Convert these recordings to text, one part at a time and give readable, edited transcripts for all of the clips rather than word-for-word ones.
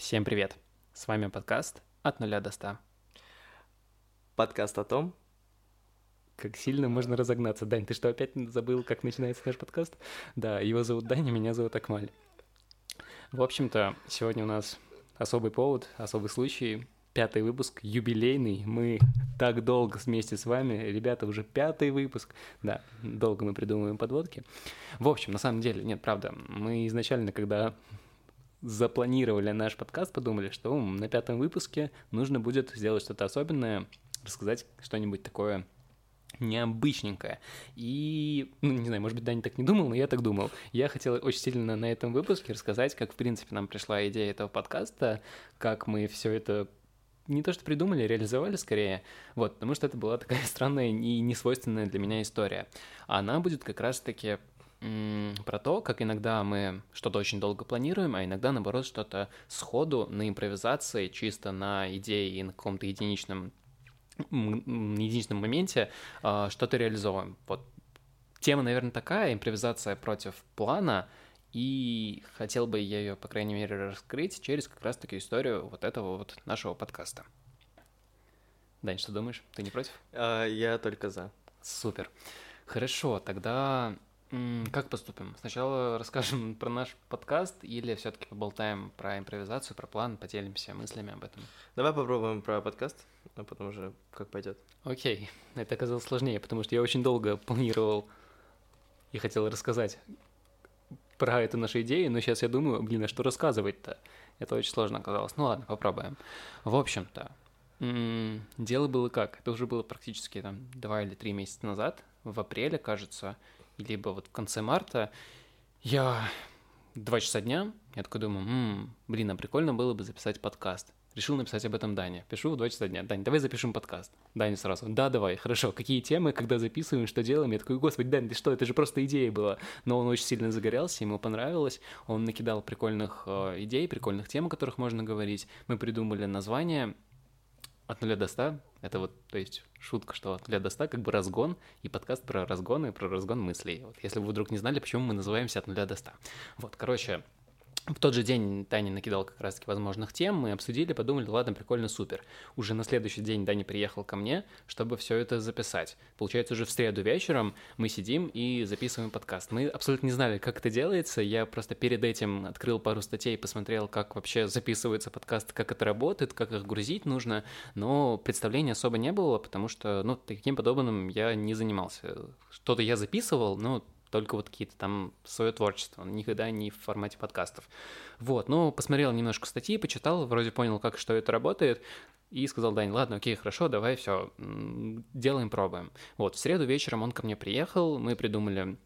Всем привет! С вами подкаст «От нуля до 100». Подкаст о том, Как сильно можно разогнаться. Дань, ты что, опять забыл, как начинается наш подкаст? Да, его зовут Даня, меня зовут Акмаль. В общем-то, сегодня у нас особый повод, особый случай. 5-й выпуск, юбилейный. Мы так долго вместе с вами. Ребята, уже 5-й выпуск. Да, долго мы придумываем подводки. В общем, на самом деле, нет, правда, мы изначально, когда запланировали наш подкаст, подумали, что на 5-м выпуске нужно будет сделать что-то особенное, рассказать что-нибудь такое необычненькое. И, не знаю, может быть, Даня так не думал, но я так думал. Я хотел очень сильно на этом выпуске рассказать, как, в принципе, нам пришла идея этого подкаста, как мы все это не то что придумали, реализовали скорее, вот, потому что это была такая странная и несвойственная для меня история. А она будет как раз-таки про то, как иногда мы что-то очень долго планируем, а иногда, наоборот, что-то сходу, на импровизации, чисто на идее и на каком-то единичном моменте что-то реализовываем. Вот тема, наверное, такая, импровизация против плана, и хотел бы я ее, по крайней мере, раскрыть через как раз-таки историю вот этого вот нашего подкаста. Дань, что думаешь? Ты не против? я только за. Супер. Хорошо, тогда как поступим? Сначала расскажем про наш подкаст или все-таки поболтаем про импровизацию, про план, поделимся мыслями об этом? Давай попробуем про подкаст, а потом уже как пойдет. Окей, это оказалось сложнее, потому что я очень долго планировал и хотел рассказать про эту нашу идею, но сейчас я думаю, а что рассказывать-то? Это очень сложно оказалось. Ну ладно, попробуем. В общем-то, дело было как? Это уже было практически 2 или 3 месяца назад, в апреле, кажется, либо вот в конце марта. Я 2 часа дня, я такой думаю, а прикольно было бы записать подкаст. Решил написать об этом Дане. Пишу в 2 часа дня. Дань, давай запишем подкаст. Даня сразу. Да, давай, хорошо. Какие темы, когда записываем, что делаем? Я такой, господи, Дань, ты что, это же просто идея была. Но он очень сильно загорелся, ему понравилось. Он накидал прикольных идей, прикольных тем, о которых можно говорить. Мы придумали название «От нуля до 100». Это вот, то есть, шутка, что «От нуля до 100» как бы разгон, и подкаст про разгон и про разгон мыслей. Вот, если вы вдруг не знали, почему мы называемся «От нуля до 100». Вот, короче, в тот же день Таня накидал как раз-таки возможных тем, мы обсудили, подумали, ладно, прикольно, супер. Уже на следующий день Даня приехал ко мне, чтобы все это записать. Получается, уже в среду вечером мы сидим и записываем подкаст. Мы абсолютно не знали, как это делается, я просто перед этим открыл пару статей, посмотрел, как вообще записывается подкаст, как это работает, как их грузить нужно, но представления особо не было, потому что, таким подобным я не занимался. Что-то я записывал, но только вот какие-то там свое творчество, никогда не в формате подкастов. Вот, посмотрел немножко статьи, почитал, вроде понял, как что это работает, и сказал: Дань, ладно, окей, хорошо, давай все, делаем, пробуем. Вот, в среду вечером он ко мне приехал, мы придумали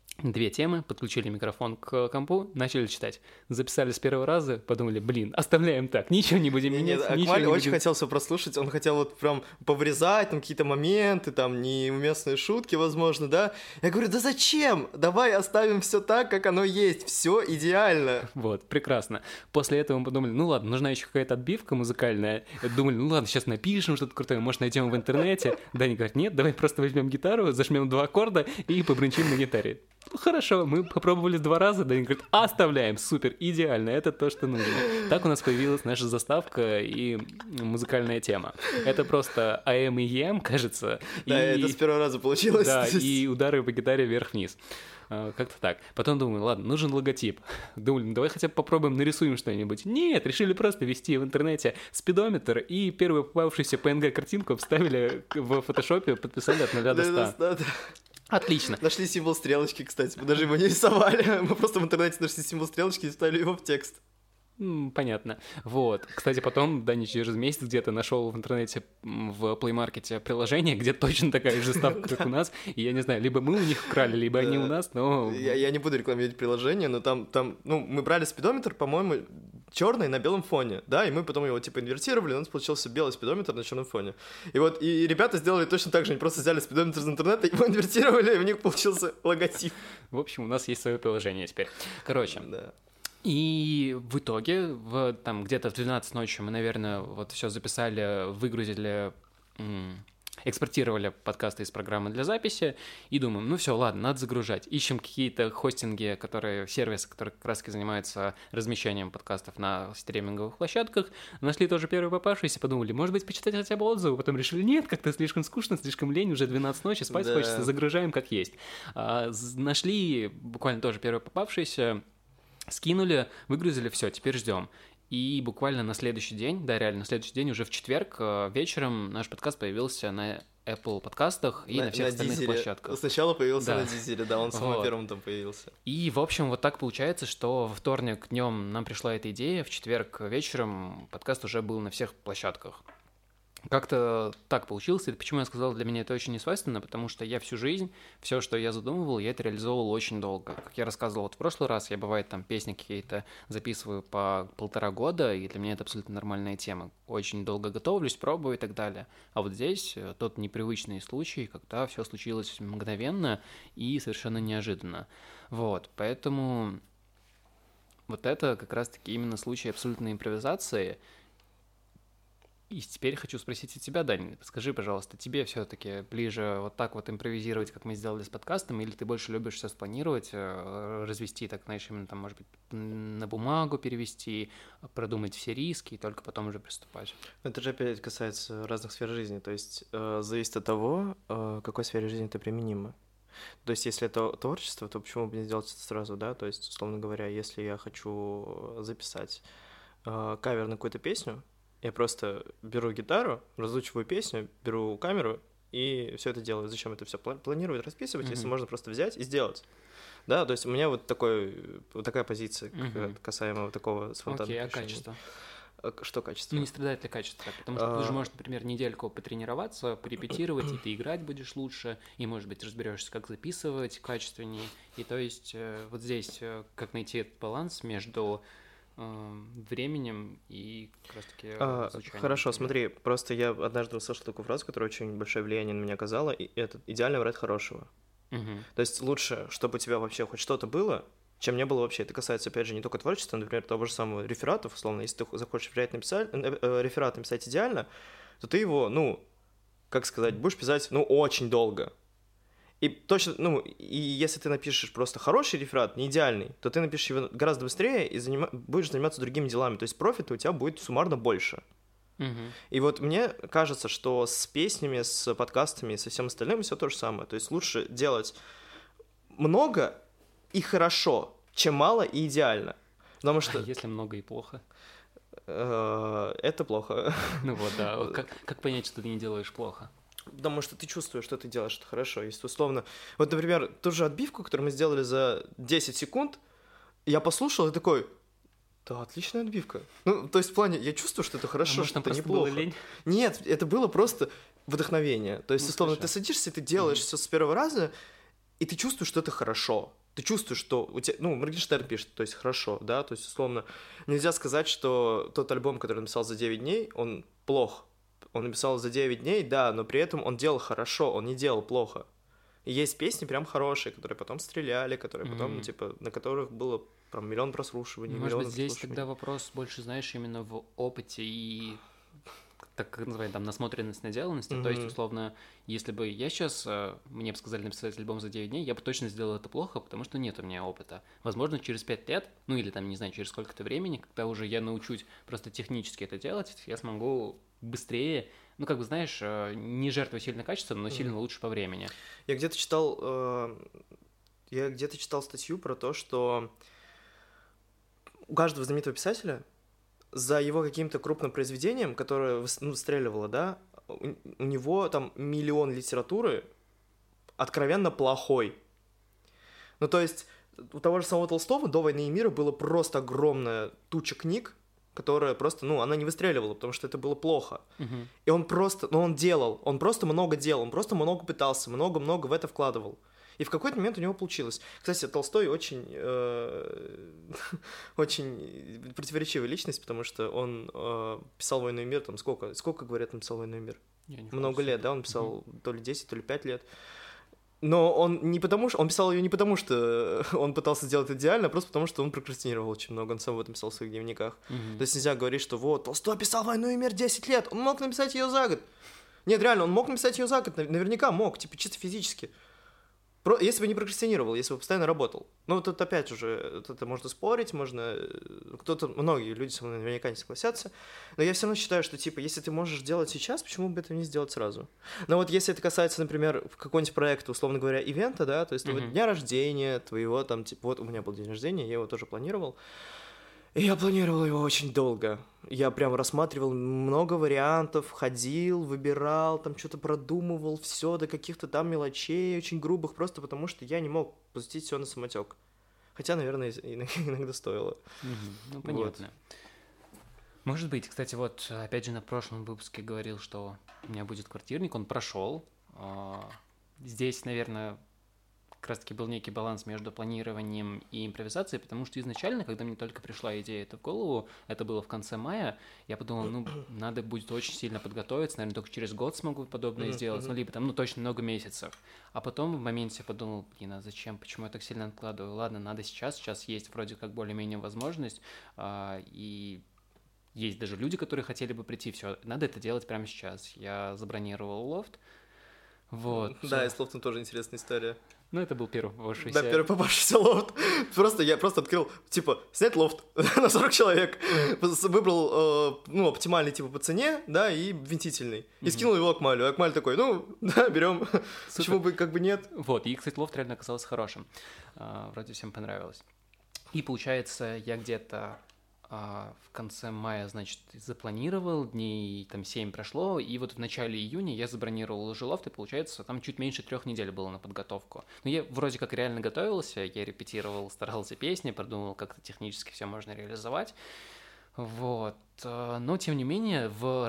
2 темы, подключили микрофон к компу, начали читать. Записали с первого раза, подумали, оставляем так, ничего не будем менять. Акмаль очень хотел все прослушать, он хотел вот прям повырезать там какие-то моменты, там неуместные шутки, возможно, да. Я говорю, да зачем? Давай оставим все так, как оно есть, все идеально. Вот, прекрасно. После этого мы подумали, ладно, нужна еще какая-то отбивка музыкальная. Думали, ладно, сейчас напишем что-то крутое, может, найдем в интернете. Даня говорит, нет, давай просто возьмем гитару, зажмем 2 аккорда и побрынчим на гитаре. Хорошо, мы попробовали 2 раза, Даня говорит, оставляем, супер, идеально, это то, что нужно. Так у нас появилась наша заставка и музыкальная тема. Это просто АМ и ЕМ, кажется. Да, это с первого раза получилось. Да, и удары по гитаре вверх-вниз. Как-то так. Потом думаю, ладно, нужен логотип. Думали, давай хотя бы попробуем нарисуем что-нибудь. Нет, решили просто ввести в интернете спидометр и первую попавшуюся PNG-картинку вставили в фотошопе, подписали от 0 до 100. Отлично. Нашли символ стрелочки, кстати, мы даже его не рисовали. Мы просто в интернете нашли символ стрелочки и вставили его в текст. Понятно. Вот. Кстати, потом Даня через месяц где-то нашел в интернете в Play Market приложение, где точно такая же ставка, как у нас. И я не знаю, либо мы у них украли, либо они у нас, но... Я не буду рекламировать приложение, но там, мы брали спидометр, по-моему, черный на белом фоне, да, и мы потом его инвертировали, у нас получился белый спидометр на черном фоне. И вот, и ребята сделали точно так же, они просто взяли спидометр из интернета, его инвертировали, и у них получился логотип. В общем, у нас есть свое приложение теперь. Короче, да. И в итоге, где-то в 12 ночи мы, наверное, вот все записали, выгрузили экспортировали подкасты из программы для записи, и думаем, ну все, ладно, надо загружать. Ищем какие-то хостинги, сервисы, которые как раз-таки занимаются размещением подкастов на стриминговых площадках. Нашли тоже первый попавшийся, подумали, может быть, почитать хотя бы отзывы, потом решили, нет, как-то слишком скучно, слишком лень, уже 12 ночи, спать хочется, загружаем как есть. Нашли буквально тоже первый попавшийся, скинули, выгрузили, все, теперь ждем. И буквально на следующий день, да, реально, на следующий день, уже в четверг вечером наш подкаст появился на Apple подкастах и на всех остальных Дизеле. Площадках. Сначала появился на Дизеле, да, он самым первым там появился. И, в общем, вот так получается, что во вторник днем нам пришла эта идея, в четверг вечером подкаст уже был на всех площадках. Как-то так получилось, и почему я сказал, для меня это очень несвойственно, потому что я всю жизнь, все, что я задумывал, я это реализовывал очень долго. Как я рассказывал вот в прошлый раз, я, бывает, там песни какие-то записываю по 1,5 года, и для меня это абсолютно нормальная тема. Очень долго готовлюсь, пробую и так далее. А вот здесь тот непривычный случай, когда все случилось мгновенно и совершенно неожиданно. Вот, поэтому вот это как раз-таки именно случай абсолютной импровизации. И теперь хочу спросить у тебя, Дань, скажи, пожалуйста, тебе все-таки ближе вот так вот импровизировать, как мы сделали с подкастом, или ты больше любишь все спланировать, развести, так, знаешь, именно там, может быть, на бумагу перевести, продумать все риски и только потом уже приступать? Это же опять касается разных сфер жизни, то есть зависит от того, какой сфере жизни это применимо. То есть, если это творчество, то почему бы не сделать это сразу, да? То есть, условно говоря, если я хочу записать кавер на какую-то песню, я просто беру гитару, разучиваю песню, беру камеру и все это делаю. Зачем это все планировать, расписывать, если можно просто взять и сделать? Да, то есть у меня вот такая позиция касаемо такого спонтанного решения. Окей, а качество? Что качество? Ну, не страдает ли качество? Потому что ты же можешь, например, недельку потренироваться, порепетировать, и ты играть будешь лучше, и, может быть, разберешься, как записывать качественнее. И то есть вот здесь как найти этот баланс между временем и как раз-таки звучанием. Хорошо, смотри, просто я однажды услышал такую фразу, которая очень большое влияние на меня оказала, и это идеально врать хорошего. То есть лучше, чтобы у тебя вообще хоть что-то было, чем не было вообще. Это касается, опять же, не только творчества, например, того же самого рефератов, условно, если ты захочешь реферат написать идеально, то ты его, как сказать, будешь писать, очень долго. И точно, и если ты напишешь просто хороший реферат, не идеальный, то ты напишешь его гораздо быстрее и будешь заниматься другими делами. То есть профита у тебя будет суммарно больше. И вот мне кажется, что с песнями, с подкастами и со всем остальным все то же самое. То есть лучше делать много и хорошо, чем мало и идеально. Потому что... если много и плохо? Это плохо. Ну вот, да. Как понять, что ты не делаешь плохо? Потому что ты чувствуешь, что ты делаешь это хорошо. Если условно... Вот, например, ту же отбивку, которую мы сделали за 10 секунд, я послушал и такой... Да, отличная отбивка. То есть в плане, я чувствую, что это хорошо, может, что это неплохо. Было лень? Нет, это было просто вдохновение. То есть, условно, ты садишься, ты делаешь все с первого раза, и ты чувствуешь, что это хорошо. Ты чувствуешь, что у тебя... Моргенштерн пишет, то есть хорошо, да? То есть, условно, нельзя сказать, что тот альбом, который он написал за 9 дней, он плох. Он написал за 9 дней, да, но при этом он делал хорошо, он не делал плохо. И есть песни прям хорошие, которые потом стреляли, которые потом, на которых было прям миллион прослушиваний. Может быть, здесь тогда вопрос больше, знаешь, именно в опыте и, так называемая, там, насмотренность, наделанности. То есть, условно, если бы я сейчас, мне бы сказали написать альбом за 9 дней, я бы точно сделал это плохо, потому что нет у меня опыта. Возможно, через 5 лет, или там, не знаю, через сколько-то времени, когда уже я научусь просто технически это делать, я смогу быстрее, знаешь, не жертвуя сильно качественно, но сильно лучше по времени. Я где-то читал статью про то, что у каждого знаменитого писателя за его каким-то крупным произведением, которое выстреливало, да, у него там миллион литературы откровенно плохой. То есть у того же самого Толстого до «Войны и мира» было просто огромная туча книг, которая просто, она не выстреливала, потому что это было плохо. И он просто, он просто много делал, он просто много пытался, много-много в это вкладывал. И в какой-то момент у него получилось. Кстати, Толстой очень противоречивая личность, потому что он писал «Войну и мир», там сколько говорят, он писал «Войну и мир»? Много лет, да, он писал то ли 10, то ли 5 лет. Но он писал ее не потому, что он пытался сделать идеально, а просто потому, что он прокрастинировал очень много, он сам об этом писал в своих дневниках. То есть нельзя говорить, что вот, Толстой писал «Войну и мир» 10 лет, он мог написать ее за год. Нет, реально, он мог написать ее за год, наверняка мог, типа, чисто физически. Если бы не прокрастинировал, если бы постоянно работал. Ну, тут опять уже, это можно спорить, многие люди со мной наверняка не согласятся, но я все равно считаю, что, типа, если ты можешь делать сейчас, почему бы это не сделать сразу? Но вот если это касается, например, какого-нибудь проекта, условно говоря, ивента, да, то есть твоего дня рождения, твоего там, типа, вот у меня был день рождения, я его тоже планировал, и я планировал его очень долго. Я прям рассматривал много вариантов, ходил, выбирал, там что-то продумывал, все до каких-то там мелочей очень грубых, просто потому что я не мог пустить все на самотек. Хотя, наверное, иногда стоило. Ну, понятно. Может быть, кстати, вот опять же на прошлом выпуске говорил, что у меня будет квартирник, он прошел. Здесь, наверное, как раз-таки был некий баланс между планированием и импровизацией, потому что изначально, когда мне только пришла идея эта в голову, это было в конце мая, я подумал, ну, надо будет очень сильно подготовиться, наверное, только через год смогу подобное сделать, ну, либо там, точно много месяцев. А потом в моменте подумал, блин, а зачем, почему я так сильно откладываю? Ладно, надо сейчас есть вроде как более-менее возможность, и есть даже люди, которые хотели бы прийти, все, надо это делать прямо сейчас. Я забронировал лофт, вот. Да, и с лофтом тоже интересная история. Ну, это был первый попавшийся. Да, первый попавшийся лофт. Я просто открыл, типа, снять лофт на 40 человек. Выбрал, оптимальный, типа, по цене, да, и вместительный. И скинул его Акмалю. Акмаль такой, да, берем. Почему бы, как бы нет. Вот, и, кстати, лофт реально оказался хорошим. Вроде всем понравилось. И, получается, я где-то в конце мая, значит, запланировал, дней там 7 прошло, и вот в начале июня я забронировал уже лофт, и, получается, там чуть меньше 3 недель было на подготовку. Но я вроде как реально готовился, я репетировал, старался песни, продумывал, как-то технически все можно реализовать, вот. Но, тем не менее, в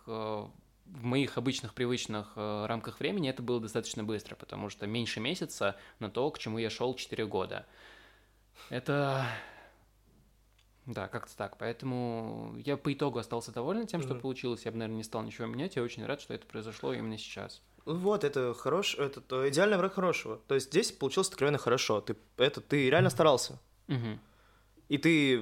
моих обычных, привычных рамках времени это было достаточно быстро, потому что меньше месяца на то, к чему я шел 4 года. Это... Да, как-то так. Поэтому я по итогу остался доволен тем, что получилось. Я бы, наверное, не стал ничего менять. Я очень рад, что это произошло именно сейчас. Вот, это идеальный враг хорошего. То есть здесь получилось откровенно хорошо. Ты реально старался. И ты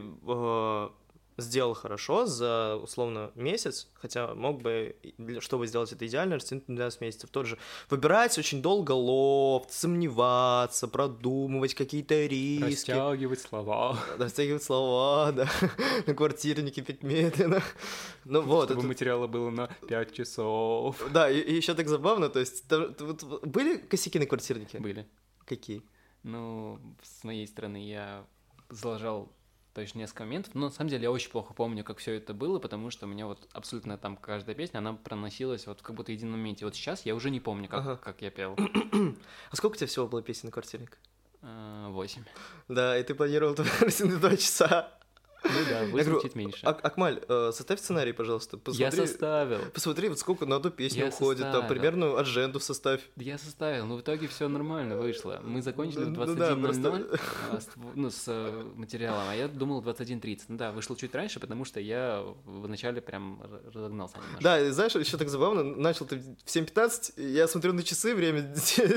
сделал хорошо за, условно, месяц, хотя мог бы, чтобы сделать это идеально, растянуть на 12 месяцев. Тот же выбирать очень долго лофт, сомневаться, продумывать какие-то риски. Растягивать слова, да. На квартирнике петь медленно. Ну, вот, чтобы материала было на 5 часов. Да, и еще так забавно, то есть, были косяки на квартирнике? Были. Какие? Ну, с моей стороны я залажал точно несколько моментов, но на самом деле я очень плохо помню, как все это было, потому что у меня вот абсолютно там каждая песня, она проносилась вот как будто в едином моменте. Вот сейчас я уже не помню, как я пел. А сколько у тебя всего было песен на квартирник? 8. Да, и ты планировал на 2 часа. Ну да, 8 чуть меньше. Акмаль, составь сценарий, пожалуйста. Я составил. Посмотри, вот сколько на одну песню уходит, там примерную адженду составь. Я составил, но в итоге все нормально вышло. Мы закончили в 21:00 с материалом, а я думал 21:30. Ну да, вышло чуть раньше, потому что я вначале прям разогнался немножко. Да, и знаешь, еще так забавно, начал ты в 7:15, я смотрю на часы, время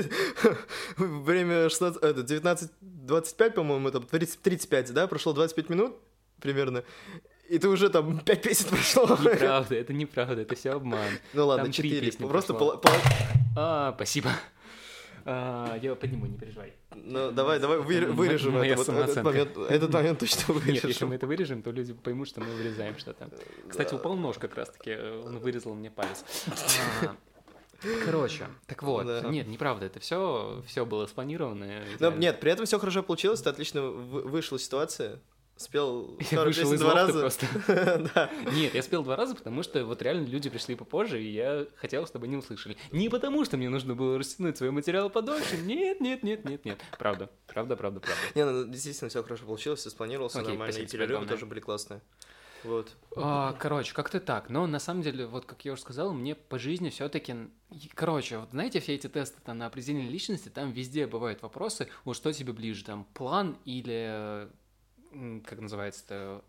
19:25, по-моему, там 35, да, прошло 25 минут. Примерно. И ты уже там 5 песен прошло. Неправда, это неправда, это все обман. Ну ладно, там 4 песни просто спасибо. Я подниму, не переживай. Ну, давай вырежем этот момент точно вырежем. Нет, если мы это вырежем, то люди поймут, что мы вырезаем что-то. Кстати, упал нож как раз-таки, он вырезал мне палец. Короче, так вот, нет, неправда, это все было спланировано. Нет, при этом все хорошо получилось, ты отлично вышел из ситуации. Спел я вышел из 2 раза. Просто. Да. Нет, я спел 2 раза, потому что вот реально люди пришли попозже, и я хотел, чтобы они услышали. Не потому, что мне нужно было растянуть свой материал подольше. Нет. Правда. Не, ну действительно все хорошо получилось, все спланировал, все нормально, и перерывы тоже были классные. Вот. Короче, как-то так. Но на самом деле, вот как я уже сказал, мне по жизни все-таки... Короче, вот знаете, все эти тесты там, на определение личности, там везде бывают вопросы, вот что тебе ближе, там, план или... как называется-то,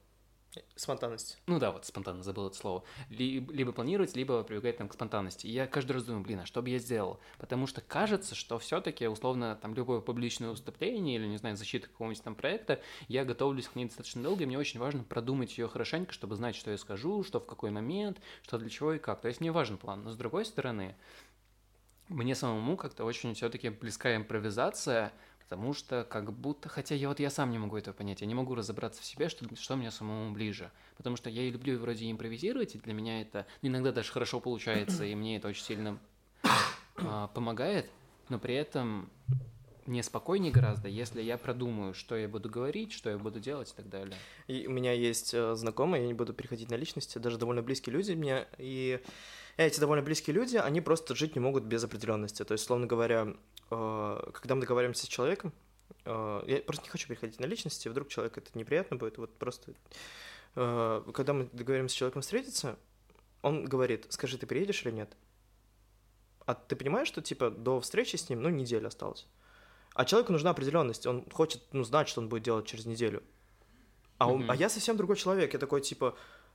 Спонтанность. Ну да, вот спонтанно забыл это слово. Либо планировать, либо прибегать там к спонтанности. И я каждый раз думаю, блин, а что бы я сделал? Потому что кажется, что все-таки условно там любое публичное выступление или, не знаю, защита какого-нибудь там проекта, я готовлюсь к ней достаточно долго, и мне очень важно продумать ее хорошенько, чтобы знать, что я скажу, что в какой момент, что для чего и как. То есть мне важен план. Но с другой стороны, мне самому как-то очень все-таки близка импровизация, потому что как будто, хотя я сам не могу этого понять, я не могу разобраться в себе, что мне самому ближе, потому что я и люблю вроде импровизировать, и для меня это иногда даже хорошо получается, и мне это очень сильно помогает, но при этом мне спокойнее гораздо, если я продумаю, что я буду говорить, что я буду делать и так далее. И у меня есть знакомые, я не буду переходить на личности, даже довольно близкие люди мне, и эти довольно близкие люди, они просто жить не могут без определенности. То есть, словно говоря, когда мы договариваемся с человеком, я просто не хочу переходить на личности, вдруг человек это неприятно будет, вот просто... Когда мы договариваемся с человеком встретиться, он говорит, скажи, ты приедешь или нет? А ты понимаешь, что, типа, до встречи с ним, неделя осталась? А человеку нужна определенность, он хочет, знать, что он будет делать через неделю. А я совсем другой человек, я такой, типа,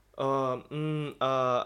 не,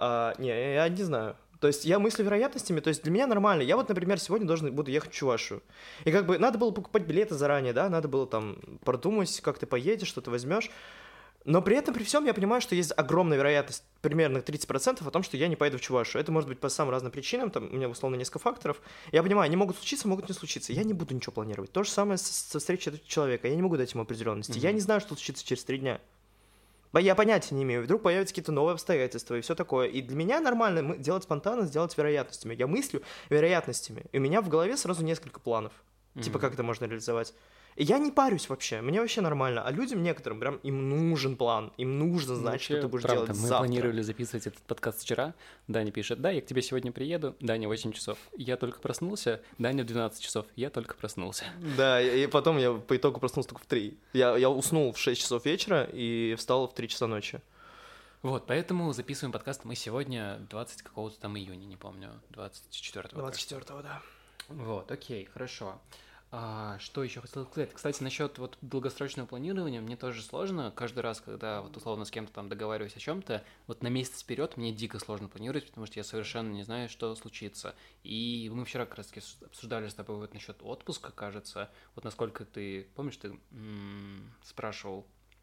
я не знаю. То есть я мыслю вероятностями, то есть для меня нормально. Я вот, например, сегодня буду ехать в Чувашию. И как бы надо было покупать билеты заранее, да, надо было там продумать, как ты поедешь, что ты возьмешь. Но при этом, при всем, я понимаю, что есть огромная вероятность, примерно 30% о том, что я не поеду в Чувашию. Это может быть по самым разным причинам, там у меня условно несколько факторов. Я понимаю, они могут случиться, могут не случиться. Я не буду ничего планировать. То же самое со встречей этого человека. Я не могу дать ему определенности. Я не знаю, что случится через 3 дня. Я понятия не имею. Вдруг появятся какие-то новые обстоятельства и все такое. И для меня нормально делать спонтанно, сделать вероятностями. Я мыслю вероятностями. И у меня в голове сразу несколько планов. Типа, как это можно реализовать. И я не парюсь вообще, мне вообще нормально. А людям некоторым прям им нужен план, им нужно знать, вообще, что ты будешь делать завтра. Мы планировали записывать этот подкаст вчера. Даня пишет, да, я к тебе сегодня приеду. Даня, 8 часов. Я только проснулся. Даня, 12 часов. Я только проснулся. Да, и потом я по итогу проснулся только в 3. Я уснул в 6 часов вечера и встал в 3 часа ночи. Вот, поэтому записываем подкаст мы сегодня 20 какого-то там июня, не помню, 24-го. 24-го, да. Вот, окей, хорошо. Что еще хотел сказать? Кстати, насчет вот долгосрочного планирования мне тоже сложно. Каждый раз, когда вот условно с кем-то там договариваюсь о чем-то, вот на месяц вперед мне дико сложно планировать, потому что я совершенно не знаю, что случится. И мы вчера как раз таки обсуждали с тобой вот насчет отпуска, кажется. Вот насколько ты, помнишь, ты спрашивал,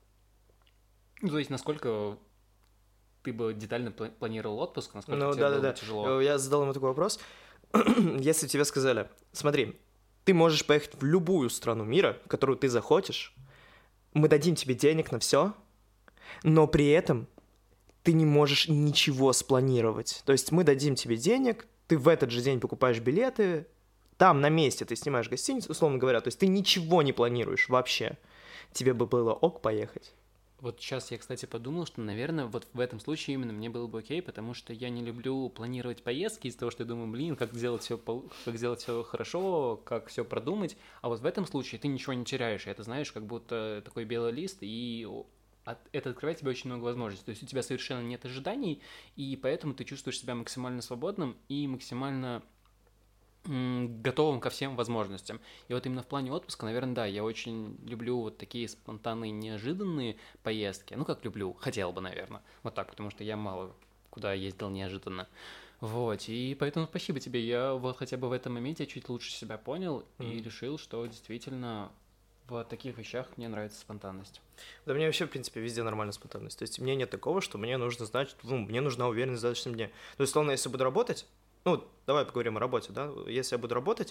то есть насколько ты бы детально планировал отпуск, насколько тебе было бы тяжело? Я задал ему такой вопрос. Если тебе сказали, смотри, ты можешь поехать в любую страну мира, в которую ты захочешь, мы дадим тебе денег на все, но при этом ты не можешь ничего спланировать. То есть мы дадим тебе денег, ты в этот же день покупаешь билеты, там на месте ты снимаешь гостиницу, условно говоря, то есть ты ничего не планируешь вообще. Тебе бы было ок поехать. Вот сейчас я, кстати, подумал, что, наверное, вот в этом случае именно мне было бы окей, потому что я не люблю планировать поездки из-за того, что я думаю, блин, как сделать все хорошо, как все продумать. А вот в этом случае ты ничего не теряешь. И это, знаешь, как будто такой белый лист, и это открывает тебе очень много возможностей. То есть у тебя совершенно нет ожиданий, и поэтому ты чувствуешь себя максимально свободным и максимально готовым ко всем возможностям. И вот именно в плане отпуска, наверное, да, я очень люблю вот такие спонтанные, неожиданные поездки. Ну, как люблю, хотел бы, наверное. Вот так, потому что я мало куда ездил неожиданно. Вот, и поэтому спасибо тебе. Я вот хотя бы в этом моменте чуть лучше себя понял и решил, что действительно в таких вещах мне нравится спонтанность. Да мне вообще, в принципе, везде нормальная спонтанность. То есть мне нет такого, что мне нужно знать, мне нужна уверенность в завтрашнем дне. То есть, словно, если буду работать, давай поговорим о работе, да, если я буду работать,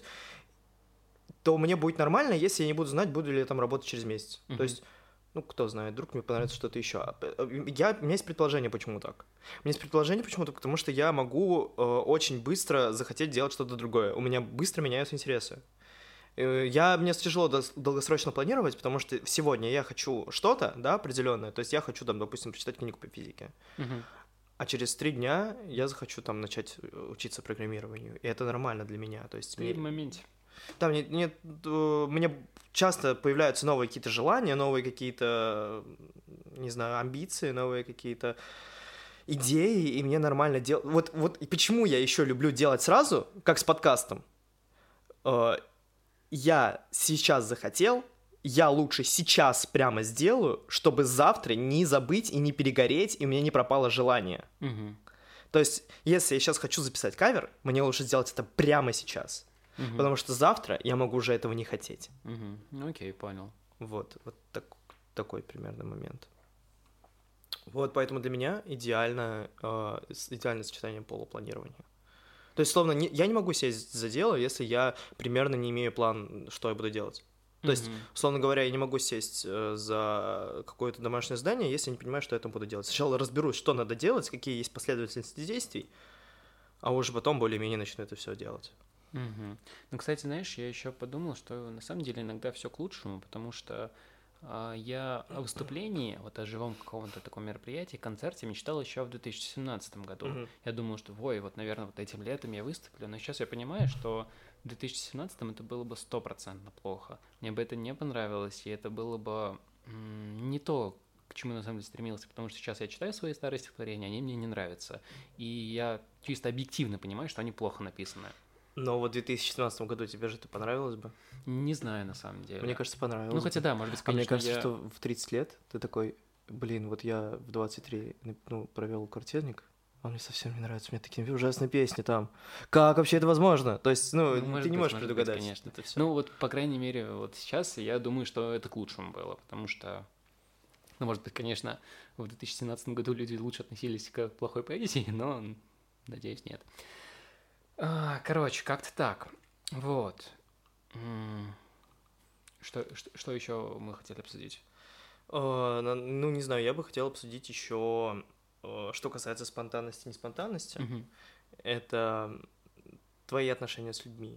то мне будет нормально, если я не буду знать, буду ли я там работать через месяц. То есть, кто знает, вдруг мне понравится что-то еще. У меня есть предположение, почему так. У меня есть предположение, почему так, потому что я могу очень быстро захотеть делать что-то другое. У меня быстро меняются интересы. Мне тяжело долгосрочно планировать, потому что сегодня я хочу что-то, да, определенное, то есть я хочу, там, допустим, прочитать книгу по физике. А через 3 дня я захочу там начать учиться программированию. И это нормально для меня. То есть в моменте. Да, мне часто появляются новые какие-то желания, новые какие-то, не знаю, амбиции, новые какие-то идеи, и мне нормально делать. Вот и почему я еще люблю делать сразу, как с подкастом. Я сейчас захотел, я лучше сейчас прямо сделаю, чтобы завтра не забыть и не перегореть, и у меня не пропало желание. Мгм. То есть, если я сейчас хочу записать кавер, мне лучше сделать это прямо сейчас. Мгм. Потому что завтра я могу уже этого не хотеть. Мгм. Ну, окей, понял. Вот такой примерно момент. Вот, поэтому для меня идеальное сочетание полупланирования. То есть, словно, я не могу сесть за дело, если я примерно не имею план, что я буду делать. То есть, Мгм. условно говоря, я не могу сесть за какое-то домашнее задание, если я не понимаю, что я там буду делать. Сначала разберусь, что надо делать, какие есть последовательности действий, а уже потом более-менее начну это все делать. Мгм. Ну, кстати, знаешь, я еще подумал, что на самом деле иногда все к лучшему, потому что я о выступлении, вот о живом каком-то таком мероприятии, концерте мечтал еще в 2017 году. Мгм. Я думал, что, вот, наверное, вот этим летом я выступлю, но сейчас я понимаю, что в 2017 это было бы 100% плохо. Мне бы это не понравилось, и это было бы не то, к чему я на самом деле стремился, потому что сейчас я читаю свои старые стихотворения, они мне не нравятся. И я чисто объективно понимаю, что они плохо написаны. Но вот в 2017 году тебе же это понравилось бы? Не знаю, на самом деле. Мне кажется, понравилось Ну, хотя бы. да, может быть, А мне конечно, кажется, я... что в 30 лет ты такой, блин, вот я в 23, провел квартирник, он мне совсем не нравится, у меня такие ужасные песни там. Как вообще это возможно? То есть, Ну, ты может не быть, можешь может быть, предугадать конечно. это все. Ну, вот, по крайней мере, вот сейчас я думаю, что это к лучшему было, потому что, ну, может быть, конечно, в 2017 году люди лучше относились к плохой поэзии, но, надеюсь, нет. Короче, как-то так. Вот. Что еще мы хотели обсудить? Ну, не знаю, я бы хотел обсудить еще, что касается спонтанности и неспонтанности. Мгм. Это твои отношения с людьми.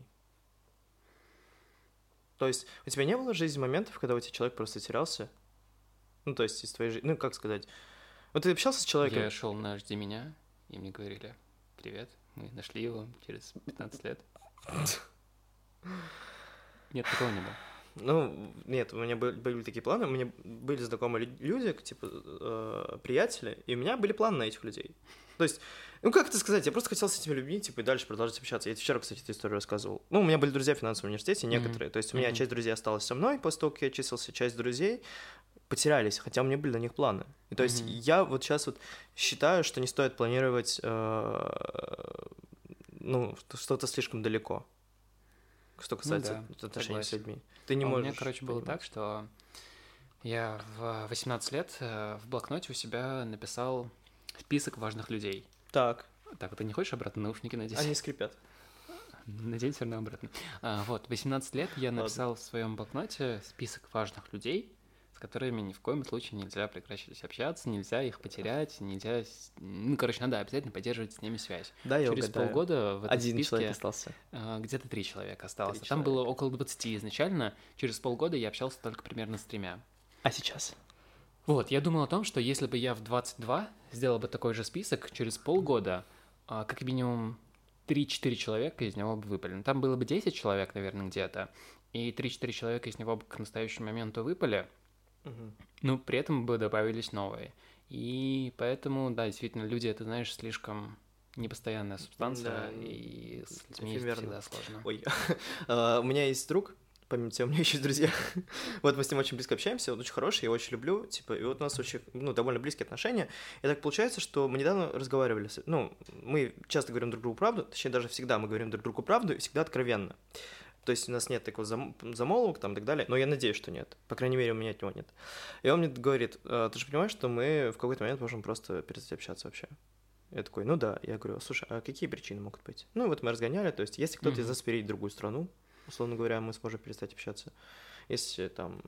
То есть у тебя не было в жизни моментов, когда у тебя человек просто терялся? Ну, то есть из твоей жизни, ну, как сказать? Вот ты общался с человеком... Я шел на «Жди меня», и мне говорили: «Привет, мы нашли его через 15 лет». Нет, такого не было. Ну, нет, у меня были такие планы, у меня были знакомые люди, типа, приятели, и у меня были планы на этих людей. То есть, ну, как это сказать, я просто хотел с этими людьми, типа, и дальше продолжать общаться. Я тебе вчера, кстати, эту историю рассказывал. Ну, у меня были друзья в финансовом университете, некоторые. То есть, у меня часть друзей осталась со мной после того, как я числился, часть друзей потерялись, хотя у меня были на них планы. И то есть, я вот сейчас вот считаю, что не стоит планировать, ну, что-то слишком далеко. Что касается отношений с людьми. Ты не можешь... У меня, короче, было так, что я в 18 лет в блокноте у себя написал список важных людей. Так. Так, ты не хочешь обратно наушники надеть? Они скрипят. Надень все равно обратно. Вот, в 18 лет я написал в своем блокноте список важных людей, с которыми ни в коем случае нельзя прекращать общаться, нельзя их потерять, нельзя... Ну, короче, надо обязательно поддерживать с ними связь. Да, я Через угадаю. полгода в этом Один списке человек остался. Где-то 3 человека осталось. 3 Там человека. было около 20 изначально. Через полгода я общался только примерно с 3. А сейчас? Вот, я думал о том, что если бы я в 22 сделал бы такой же список, через полгода, как минимум 3-4 человека из него бы выпали. Ну, там было бы 10 человек, наверное, где-то, и 3-4 человека из него бы к настоящему моменту выпали, но при этом бы добавились новые. И поэтому, да, действительно, люди, это, знаешь, слишком непостоянная субстанция, Да, и с людьми всегда сложно. Ой, у меня есть друг, помимо тебя, у меня еще есть друзья. Вот мы с ним очень близко общаемся, он очень хороший, я его очень люблю, типа, и вот у нас очень, довольно близкие отношения. И так получается, что мы недавно разговаривали, мы часто говорим друг другу правду, точнее, даже всегда мы говорим друг другу правду, и всегда откровенно. То есть у нас нет такого замолвок там и так далее, но я надеюсь, что нет. По крайней мере, у меня от него нет. И он мне говорит: ты же понимаешь, что мы в какой-то момент можем просто перестать общаться вообще? Я такой: ну да. Я говорю: слушай, а какие причины могут быть? Ну, вот мы разгоняли, то есть если кто-то из нас переедет в другую страну, условно говоря, мы сможем перестать общаться. Если там...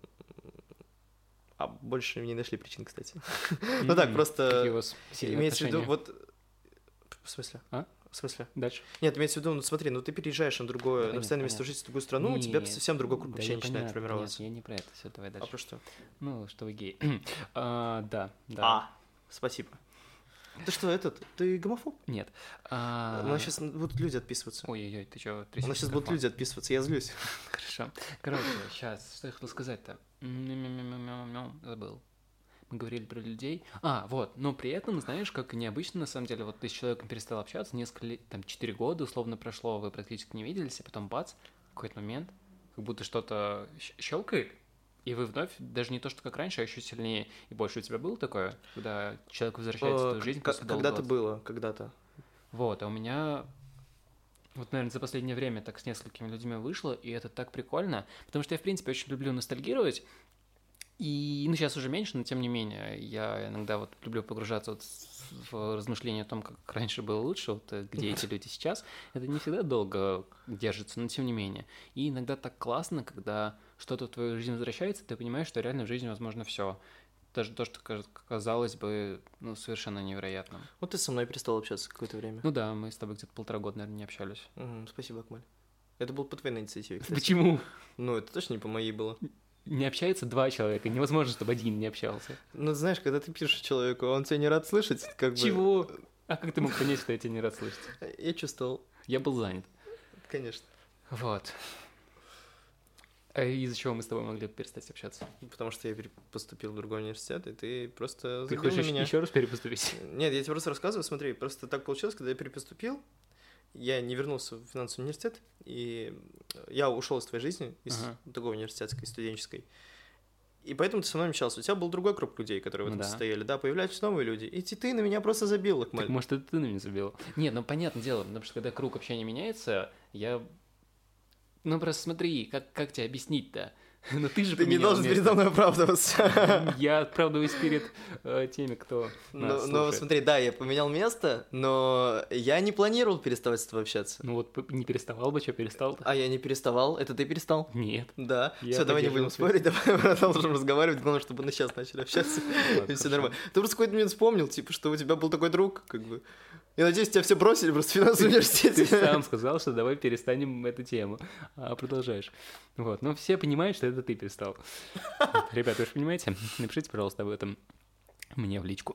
А больше не нашли причин, кстати. Ну так, просто... Имеется в виду, вот... В смысле? В смысле? Дальше. Нет, имеется в виду, смотри, ты переезжаешь на другое, на постоянное место жительства, в другую страну, у тебя совсем другой круг общения начинает формироваться. Нет, я не про это, все, давай дальше. А про что? Ну, что вы гей. Да. Спасибо. Ты что, ты гомофоб? Нет. У нас сейчас будут люди отписываться. Ой-ой-ой, ты что? У нас сейчас будут люди отписываться, я злюсь. Хорошо. Короче, сейчас, что я хотел сказать-то? Забыл. Мы говорили про людей. Вот. Но при этом, знаешь, как необычно, на самом деле, вот ты с человеком перестал общаться, несколько лет, 4 года условно прошло, вы практически не виделись, и потом бац, в какой-то момент, как будто что-то щелкает, И вы вновь, даже не то, что как раньше, а еще сильнее и больше. У тебя было такое, когда человек возвращается в твою жизнь после долгого... Когда-то было, когда-то. Вот, а у меня... Вот, наверное, за последнее время так с несколькими людьми вышло, и это так прикольно, потому что я, в принципе, очень люблю ностальгировать, и, ну, сейчас уже меньше, но тем не менее, я иногда вот люблю погружаться вот в размышления о том, как раньше было лучше, вот где эти люди сейчас. Это не всегда долго держится, но тем не менее. И иногда так классно, когда что-то в твою жизнь возвращается, ты понимаешь, что реально в жизни возможно все. Даже то, что казалось бы, ну, совершенно невероятным. Вот ты со мной перестал общаться какое-то время. Ну да, мы с тобой где-то 1,5 года, наверное, не общались. Спасибо, Акмаль. Это был по твоей инициативе, кстати. Почему? Ну, это точно не по моей было. Не общается 2 человека, невозможно, чтобы один не общался. Ну, знаешь, когда ты пишешь человеку, он тебя не рад слышать, как бы... Чего? А как ты мог понять, что я тебя не рад слышать? Я чувствовал. Я был занят. Конечно. Вот. А из-за чего мы с тобой могли перестать общаться? Потому что я поступил в другой университет, и ты просто Ты забил хочешь на меня. еще раз перепоступить? Нет, я тебе просто рассказываю, смотри, просто так получилось, когда я перепоступил, я не вернулся в финансовый университет, и я ушел из твоей жизни, из другой университетской, студенческой. И поэтому ты со мной общался. У тебя был другой круг людей, которые в этом состояли. Да, появляются новые люди. И ты на меня просто забил, Акмаль. Так, может, это ты на меня забил? Нет, ну, понятное дело, потому что когда круг общения меняется, я... Ну, просто смотри, как тебе объяснить-то? Но ты же Ты не должен передо мной оправдываться. Я оправдываюсь перед теми, кто нас слушает. Но смотри, да, я поменял место, но я не планировал переставать с тобой общаться. Ну вот не переставал бы, что перестал-то? А я не переставал, это ты перестал? Нет. Да. Все, давай не будем спорить, давай продолжим разговаривать, главное, чтобы мы сейчас начали общаться, и все нормально. Ты просто в какой-то момент вспомнил, типа, что у тебя был такой друг, как бы. Я надеюсь, тебя все бросили просто в финансовом университете. Ты сам сказал, что давай перестанем эту тему. А продолжаешь. Вот. Но все понимают, что это ты перестал. Ребята, вы же понимаете? Напишите, пожалуйста, об этом мне в личку.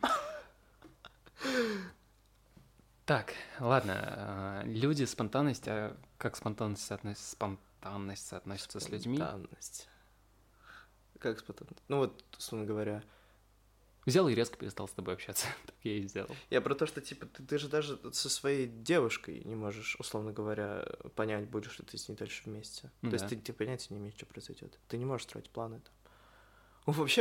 Так, ладно. Люди, спонтанность. А как спонтанность соотносится с людьми? Спонтанность. Как спонтанность? Ну вот, условно говоря... Взял и резко перестал с тобой общаться. Так я и сделал. Я про то, что, типа, ты же даже со своей девушкой не можешь, условно говоря, понять, будешь ли ты с ней дальше вместе. То есть ты понятия не имеешь, что произойдет. Ты не можешь строить планы там. Ну, вообще,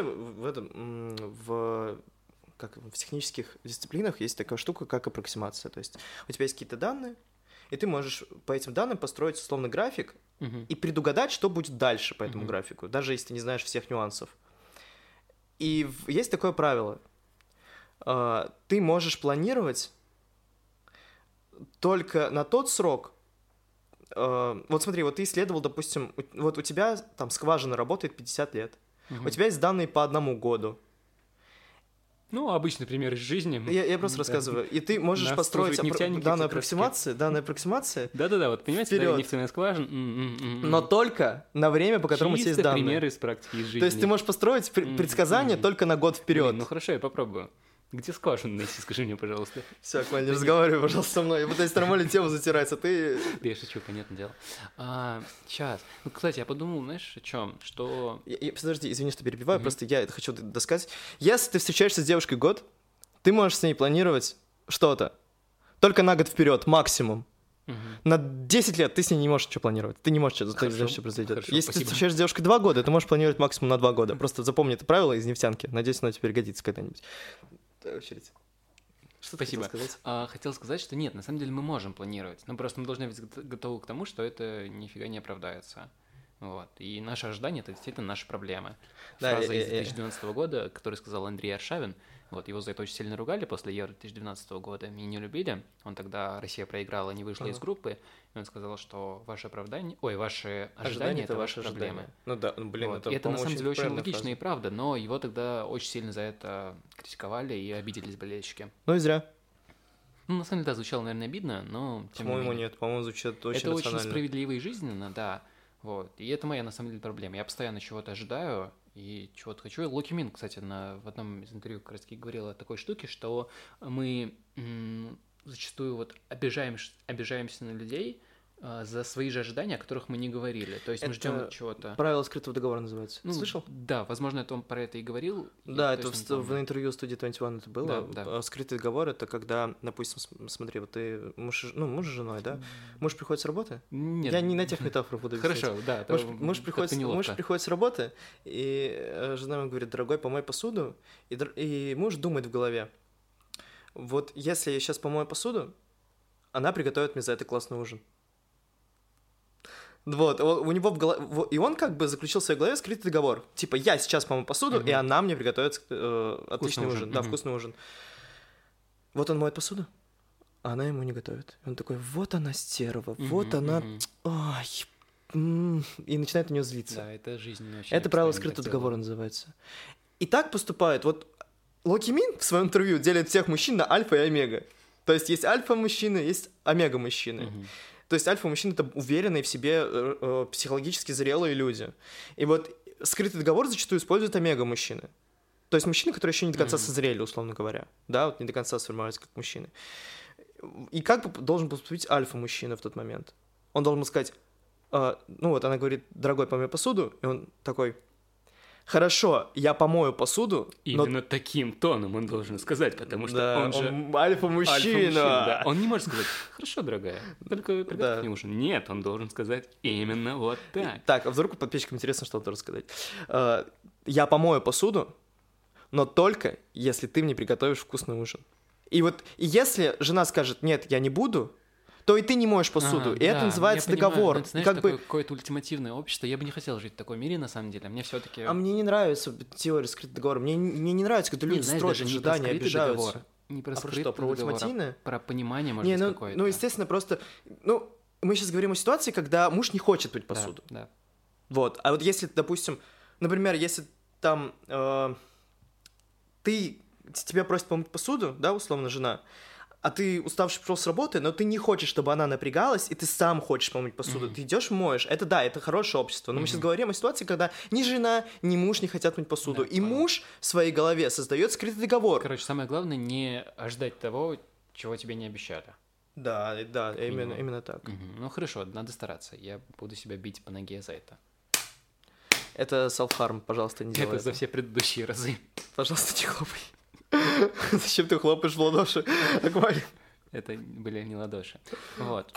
в технических дисциплинах есть такая штука, как аппроксимация. То есть у тебя есть какие-то данные, и ты можешь по этим данным построить, условно, график и предугадать, что будет дальше по этому графику, даже если ты не знаешь всех нюансов. И есть такое правило. Ты можешь планировать только на тот срок. Вот смотри, вот ты исследовал, допустим, вот у тебя там скважина работает 50 лет. У тебя есть данные по 1 году. Ну, обычный пример из жизни. Я просто рассказываю. И ты можешь построить данную аппроксимацию. Да-да-да, вот понимаете, нефтяная скважина. Но только на время, по которому у тебя есть данные. Примеры из практики, из жизни. То есть ты можешь построить предсказания только на год вперед. Ну хорошо, я попробую. Где скважину найти, скажи мне, пожалуйста. Все, Акмаль, не разговаривай, пожалуйста, со мной. Я пытаюсь нормально тему затирать, а ты... Да я шучу, понятное дело. Сейчас. Ну, кстати, я подумал, знаешь, о чем? Что... Подожди, извини, что перебиваю, просто я это хочу досказать. Если ты встречаешься с девушкой год, ты можешь с ней планировать что-то. Только на год вперед, максимум. На 10 лет ты с ней не можешь ничего планировать. Ты не можешь знаешь, что произойдет. Если ты встречаешься с девушкой 2 года, ты можешь планировать максимум на 2 года. Просто запомни это правило из нефтянки. Надеюсь, оно тебе пригодится когда-нибудь. Очередь. Что Спасибо. Хотел сказать, что нет, на самом деле мы можем планировать, но просто мы должны быть готовы к тому, что это нифига не оправдается. Вот. И наши ожидания — это действительно наши проблемы. Фраза из 2012 года, которую сказал Андрей Аршавин, вот, его за это очень сильно ругали после Евро 2012 года, и не любили. Он тогда, Россия проиграла, не вышла из группы, и он сказал, что ваши ожидания — это ваши проблемы. Ну да, блин, вот. это, и это на самом деле очень логично фраза. И правда, но его тогда очень сильно за это критиковали и обиделись болельщики. Ну и зря. Ну, на самом деле, да, звучало, наверное, обидно, но... По-моему, нет, по-моему, звучит очень это рационально. очень справедливо и жизненно, да. Вот. И это моя, на самом деле, проблема. Я постоянно чего-то ожидаю и чего-то хочу. Локи Мин, кстати, в одном из интервью как раз-таки говорил о такой штуке, что мы зачастую вот обижаемся на людей за свои же ожидания, о которых мы не говорили. То есть мы ждем чего-то. Правило скрытого договора называется. Слышал? Да, возможно, это он про это и говорил. Да, это в интервью студии 21 это было. Да. Скрытый договор — это когда, допустим, смотри, вот ты муж с женой, да? Муж приходит с работы? Нет. Я не на тех метафорах буду объяснять. Хорошо, да. Муж приходит с работы, и жена ему говорит: дорогой, помой посуду. И муж думает в голове: вот если я сейчас помою посуду, она приготовит мне за это классный ужин. Вот, у него в голове... И он как бы заключил в своей голове скрытый договор. Типа, я сейчас помою посуду, и она мне приготовит отличный ужин. Да, вкусный ужин. Вот он моет посуду, а она ему не готовит. И он такой: вот она стерва, вот она... Ой, и начинает у нее злиться. Да, это жизнь очень... Это правило скрытого договора называется. И так поступает. Вот Локи Мин в своем интервью делит всех мужчин на альфа и омега. То есть альфа-мужчины, есть омега-мужчины. То есть альфа-мужчины — это уверенные в себе, психологически зрелые люди. И вот скрытый договор зачастую используют омега-мужчины. То есть мужчины, которые еще не до конца созрели, условно говоря. Да, вот не до конца сформировались как мужчины. И как бы должен поступить альфа-мужчина в тот момент? Он должен был сказать, ну вот она говорит: дорогой, помой посуду. И он такой: хорошо, я помою посуду. Именно таким тоном он должен сказать, потому что он же альфа-мужчина. Да. Он не может сказать: хорошо, дорогая, только приготовь мне ужин. Нет, он должен сказать именно вот так. Так, а вдруг подписчикам интересно, что он должен сказать. Я помою посуду, но только если ты мне приготовишь вкусный ужин. И вот если жена скажет: нет, я не буду, то и ты не моешь посуду. И это называется договор. Это, знаешь, такое какое-то ультимативное общество. Я бы не хотел жить в таком мире, на самом деле. Мне все-таки... А мне не нравится теория скрытого договора. Мне не нравится, когда люди строят ожидания, обижаются. Не про скрытый договор. Про ультимативное? Про понимание, может быть, какое-то. Ну, естественно, просто... Ну, мы сейчас говорим о ситуации, когда муж не хочет мыть посуду. Да. Вот. А вот если, допустим, например, если там тебя просит помыть посуду, да, условно, жена, а ты уставший пришел с работы, но ты не хочешь, чтобы она напрягалась, и ты сам хочешь помыть посуду. Ты идешь, моешь. Это да, это хорошее общество. Но мы сейчас говорим о ситуации, когда ни жена, ни муж не хотят мыть посуду. И муж в своей голове создает скрытый договор. Короче, самое главное не ожидать того, чего тебе не обещали. Да, именно так. Ну хорошо, надо стараться. Я буду себя бить по ноге за это. Это self-harm, пожалуйста, не делай это. За все предыдущие разы. Пожалуйста, не хлопай. Зачем ты хлопаешь в ладоши, Аквариум? Это были не ладоши. Вот.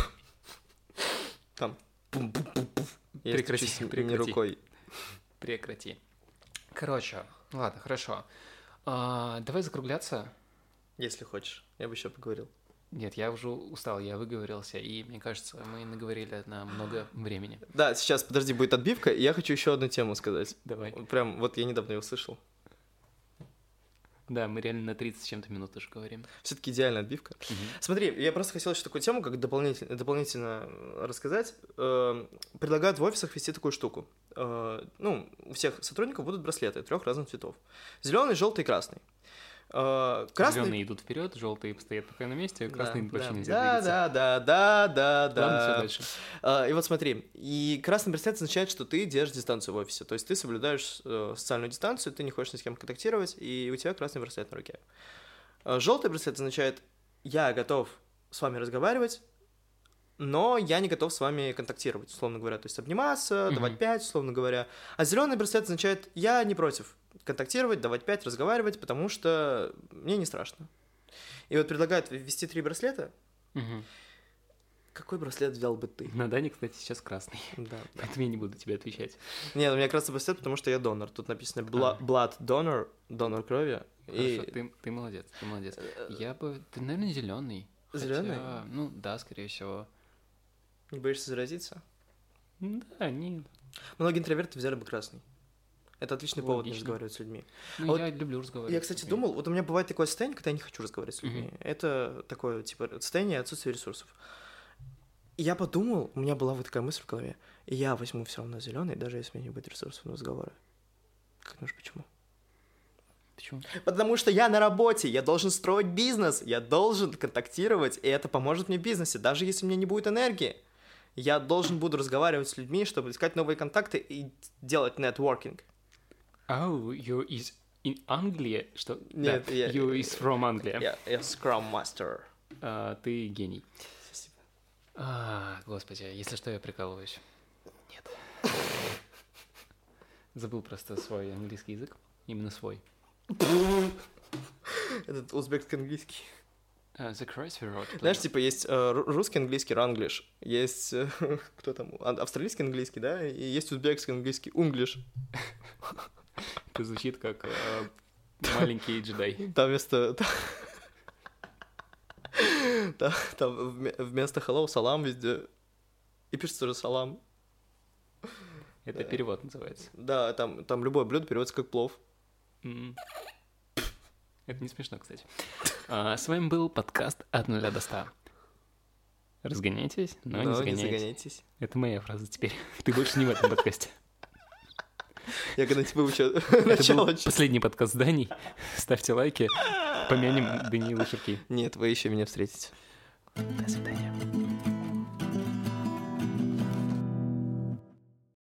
Там. Прекрати. Не рукой. Прекрати. Короче, ладно, хорошо. Давай закругляться. Если хочешь. Я бы еще поговорил. Нет, я уже устал, я выговорился, и мне кажется, мы наговорили на много времени. Да, сейчас, подожди, будет отбивка, и я хочу еще одну тему сказать. Давай. Прям, вот я недавно ее услышал. Да, мы реально на 30 с чем-то минут уже говорим. Все-таки идеальная отбивка. Смотри, я просто хотел еще такую тему, как дополнительно рассказать. Предлагают в офисах вести такую штуку. Ну, у всех сотрудников будут браслеты 3 разных цветов. Зеленый, желтый и красный. Зеленые идут вперед, желтые стоят пока на месте, красные вообще нельзя двигаться. Да. Ладно, все дальше. И вот смотри, и красный браслет означает, что ты держишь дистанцию в офисе, то есть ты соблюдаешь социальную дистанцию, ты не хочешь ни с кем контактировать, и у тебя красный браслет на руке. Желтый браслет означает: я готов с вами разговаривать, но я не готов с вами контактировать, условно говоря, то есть обниматься, давать 5, условно говоря. А зеленый браслет означает: я не против контактировать, давать 5, разговаривать, потому что мне не страшно. И вот предлагают ввести 3 браслета. Какой браслет взял бы ты? На Дане, кстати, сейчас красный. Да. Поэтому я не буду тебе отвечать. Нет, у меня красный браслет, потому что я донор. Тут написано blood donor, донор крови. Хорошо, ты молодец, ты молодец. Ты, наверное, зеленый. Зеленый? Ну да, скорее всего. Не боишься заразиться? Да, нет. Многие интроверты взяли бы красный. Это отличный повод не разговаривать с людьми. Ну, я люблю разговаривать. Я, кстати, думал, вот у меня бывает такое состояние, когда я не хочу разговаривать с людьми. Это такое, типа, состояние отсутствия ресурсов. И я подумал, у меня была вот такая мысль в голове: я возьму все равно зеленый, даже если у меня не будет ресурсов на разговоры. Как думаешь, почему? Почему? Потому что я на работе, я должен строить бизнес, я должен контактировать, и это поможет мне в бизнесе, даже если у меня не будет энергии. Я буду разговаривать с людьми, чтобы искать новые контакты и делать нетворкинг. Oh, you is in Англия? Что? Нет, да. You is from Англия. Я Scrum Master. Ты гений. Спасибо. Господи, если что, я прикалываюсь. Нет. Забыл просто свой английский язык. Именно свой. Этот узбекский английский. The Crossfire Road. Знаешь, типа есть русский английский, ранглиш, есть кто там, австралийский английский, да, и есть узбекский английский, унглиш. Это звучит как маленький джедай. Там вместо... Там вместо hello салам везде. И пишется же салам. Это перевод называется. Да, там любое блюдо переводится как плов. Это не смешно, кстати. С вами был подкаст «От 0 до 100». Разгоняйтесь, но не загоняйтесь. Это моя фраза теперь. Ты больше не в этом подкасте. Я когда типа учу... Это был последний подкаст с Даней. Ставьте лайки. Помянем Даниила Ширки. Нет, вы еще меня встретите. До свидания.